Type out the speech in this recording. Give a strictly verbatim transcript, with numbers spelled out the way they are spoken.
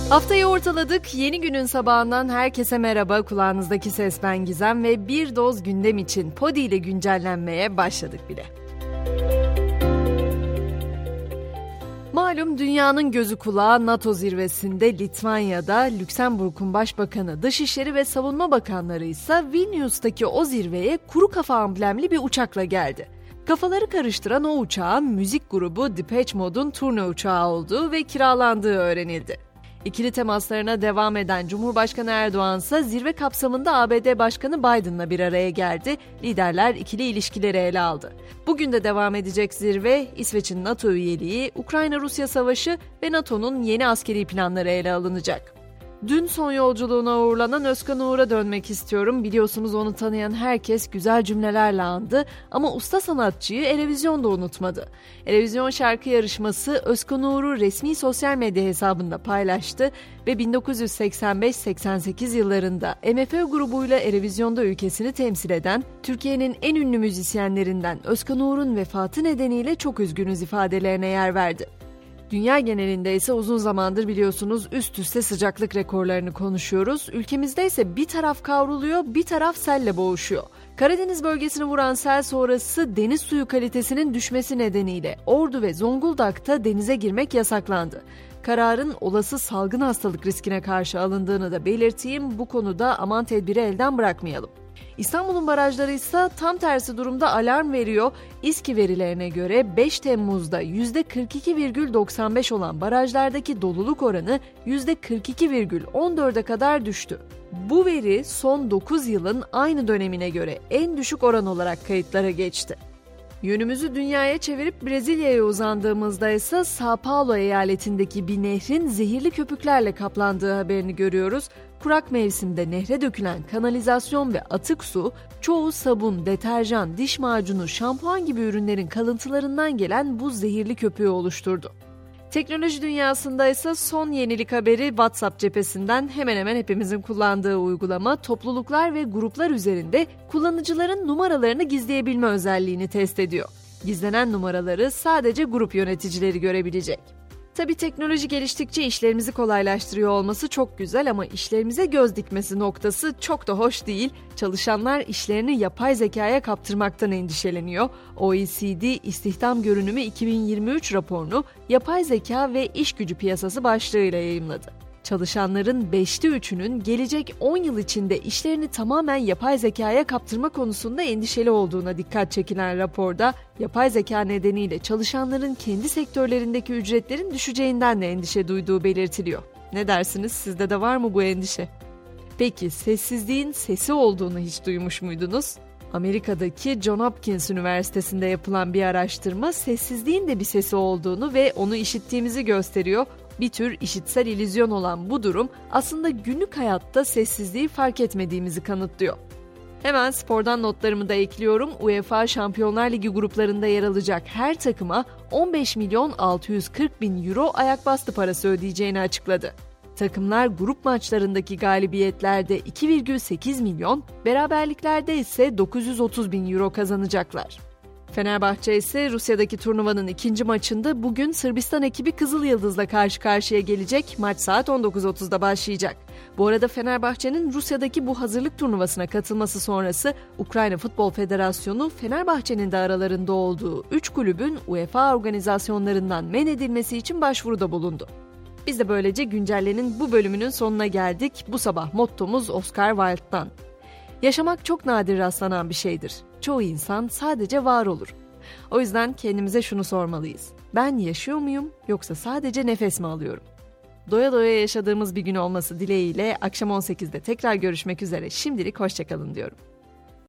Haftayı ortaladık. Yeni günün sabahından herkese merhaba. Kulağınızdaki ses ben Gizem ve bir doz gündem için Podi ile güncellenmeye başladık bile. Malum dünyanın gözü kulağı NATO zirvesinde Litvanya'da, Lüksemburg'un başbakanı, dışişleri ve savunma bakanları ise Vilnius'taki o zirveye kuru kafa amblemli bir uçakla geldi. Kafaları karıştıran o uçağın müzik grubu Depeche Mode'un turne uçağı olduğu ve kiralandığı öğrenildi. İkili temaslarına devam eden Cumhurbaşkanı Erdoğan ise zirve kapsamında A B D Başkanı Biden'la bir araya geldi. Liderler ikili ilişkileri ele aldı. Bugün de devam edecek zirve, İsveç'in NATO üyeliği, Ukrayna-Rusya savaşı ve NATO'nun yeni askeri planları ele alınacak. Dün son yolculuğuna uğurlanan Özkan Uğur'a dönmek istiyorum. Biliyorsunuz onu tanıyan herkes güzel cümlelerle andı ama usta sanatçıyı Eurovision da unutmadı. Eurovision şarkı yarışması Özkan Uğur'u resmi sosyal medya hesabında paylaştı ve bin dokuz yüz seksen beş seksen sekiz yıllarında M F Ö grubuyla Eurovision'da ülkesini temsil eden Türkiye'nin en ünlü müzisyenlerinden Özkan Uğur'un vefatı nedeniyle çok üzgünüz ifadelerine yer verdi. Dünya genelinde ise uzun zamandır biliyorsunuz üst üste sıcaklık rekorlarını konuşuyoruz. Ülkemizde ise bir taraf kavruluyor, bir taraf selle boğuşuyor. Karadeniz bölgesini vuran sel sonrası deniz suyu kalitesinin düşmesi nedeniyle Ordu ve Zonguldak'ta denize girmek yasaklandı. Kararın olası salgın hastalık riskine karşı alındığını da belirteyim, bu konuda aman tedbiri elden bırakmayalım. İstanbul'un barajları ise tam tersi durumda alarm veriyor. İSKİ verilerine göre beş Temmuz'da yüzde kırk iki virgül doksan beş olan barajlardaki doluluk oranı yüzde kırk iki virgül on dörde kadar düştü. Bu veri son dokuz yılın aynı dönemine göre en düşük oran olarak kayıtlara geçti. Yönümüzü dünyaya çevirip Brezilya'ya uzandığımızda ise São Paulo eyaletindeki bir nehrin zehirli köpüklerle kaplandığı haberini görüyoruz. Kurak mevsimde nehre dökülen kanalizasyon ve atık su, çoğu sabun, deterjan, diş macunu, şampuan gibi ürünlerin kalıntılarından gelen bu zehirli köpüğü oluşturdu. Teknoloji dünyasında ise son yenilik haberi WhatsApp cephesinden. Hemen hemen hepimizin kullandığı uygulama topluluklar ve gruplar üzerinde kullanıcıların numaralarını gizleyebilme özelliğini test ediyor. Gizlenen numaraları sadece grup yöneticileri görebilecek. Tabii teknoloji geliştikçe işlerimizi kolaylaştırıyor olması çok güzel ama işlerimize göz dikmesi noktası çok da hoş değil. Çalışanlar işlerini yapay zekaya kaptırmaktan endişeleniyor. O E C D İstihdam Görünümü iki bin yirmi üç raporunu yapay zeka ve iş gücü piyasası başlığıyla yayımladı. Çalışanların beşte üçünün gelecek on yıl içinde işlerini tamamen yapay zekaya kaptırma konusunda endişeli olduğuna dikkat çekilen raporda yapay zeka nedeniyle çalışanların kendi sektörlerindeki ücretlerin düşeceğinden de endişe duyduğu belirtiliyor. Ne dersiniz? Sizde de var mı bu endişe? Peki sessizliğin sesi olduğunu hiç duymuş muydunuz? Amerika'daki Johns Hopkins Üniversitesi'nde yapılan bir araştırma sessizliğin de bir sesi olduğunu ve onu işittiğimizi gösteriyor. Bir tür işitsel illüzyon olan bu durum aslında günlük hayatta sessizliği fark etmediğimizi kanıtlıyor. Hemen spordan notlarımı da ekliyorum. UEFA Şampiyonlar Ligi gruplarında yer alacak her takıma on beş milyon altı yüz kırk bin euro ayakbastı parası ödeyeceğini açıkladı. Takımlar grup maçlarındaki galibiyetlerde iki virgül sekiz milyon, beraberliklerde ise dokuz yüz otuz bin euro kazanacaklar. Fenerbahçe ise Rusya'daki turnuvanın ikinci maçında bugün Sırbistan ekibi Kızıl Yıldız'la karşı karşıya gelecek. Maç saat on dokuz otuzda başlayacak. Bu arada Fenerbahçe'nin Rusya'daki bu hazırlık turnuvasına katılması sonrası Ukrayna Futbol Federasyonu Fenerbahçe'nin de aralarında olduğu üç kulübün UEFA organizasyonlarından men edilmesi için başvuruda bulundu. Biz de böylece Güncelle'nin bu bölümünün sonuna geldik. Bu sabah mottomuz Oscar Wilde'dan. Yaşamak çok nadir rastlanan bir şeydir. Çoğu insan sadece var olur. O yüzden kendimize şunu sormalıyız. Ben yaşıyor muyum yoksa sadece nefes mi alıyorum? Doya doya yaşadığımız bir gün olması dileğiyle akşam on sekizde tekrar görüşmek üzere. Şimdilik hoşça kalın diyorum.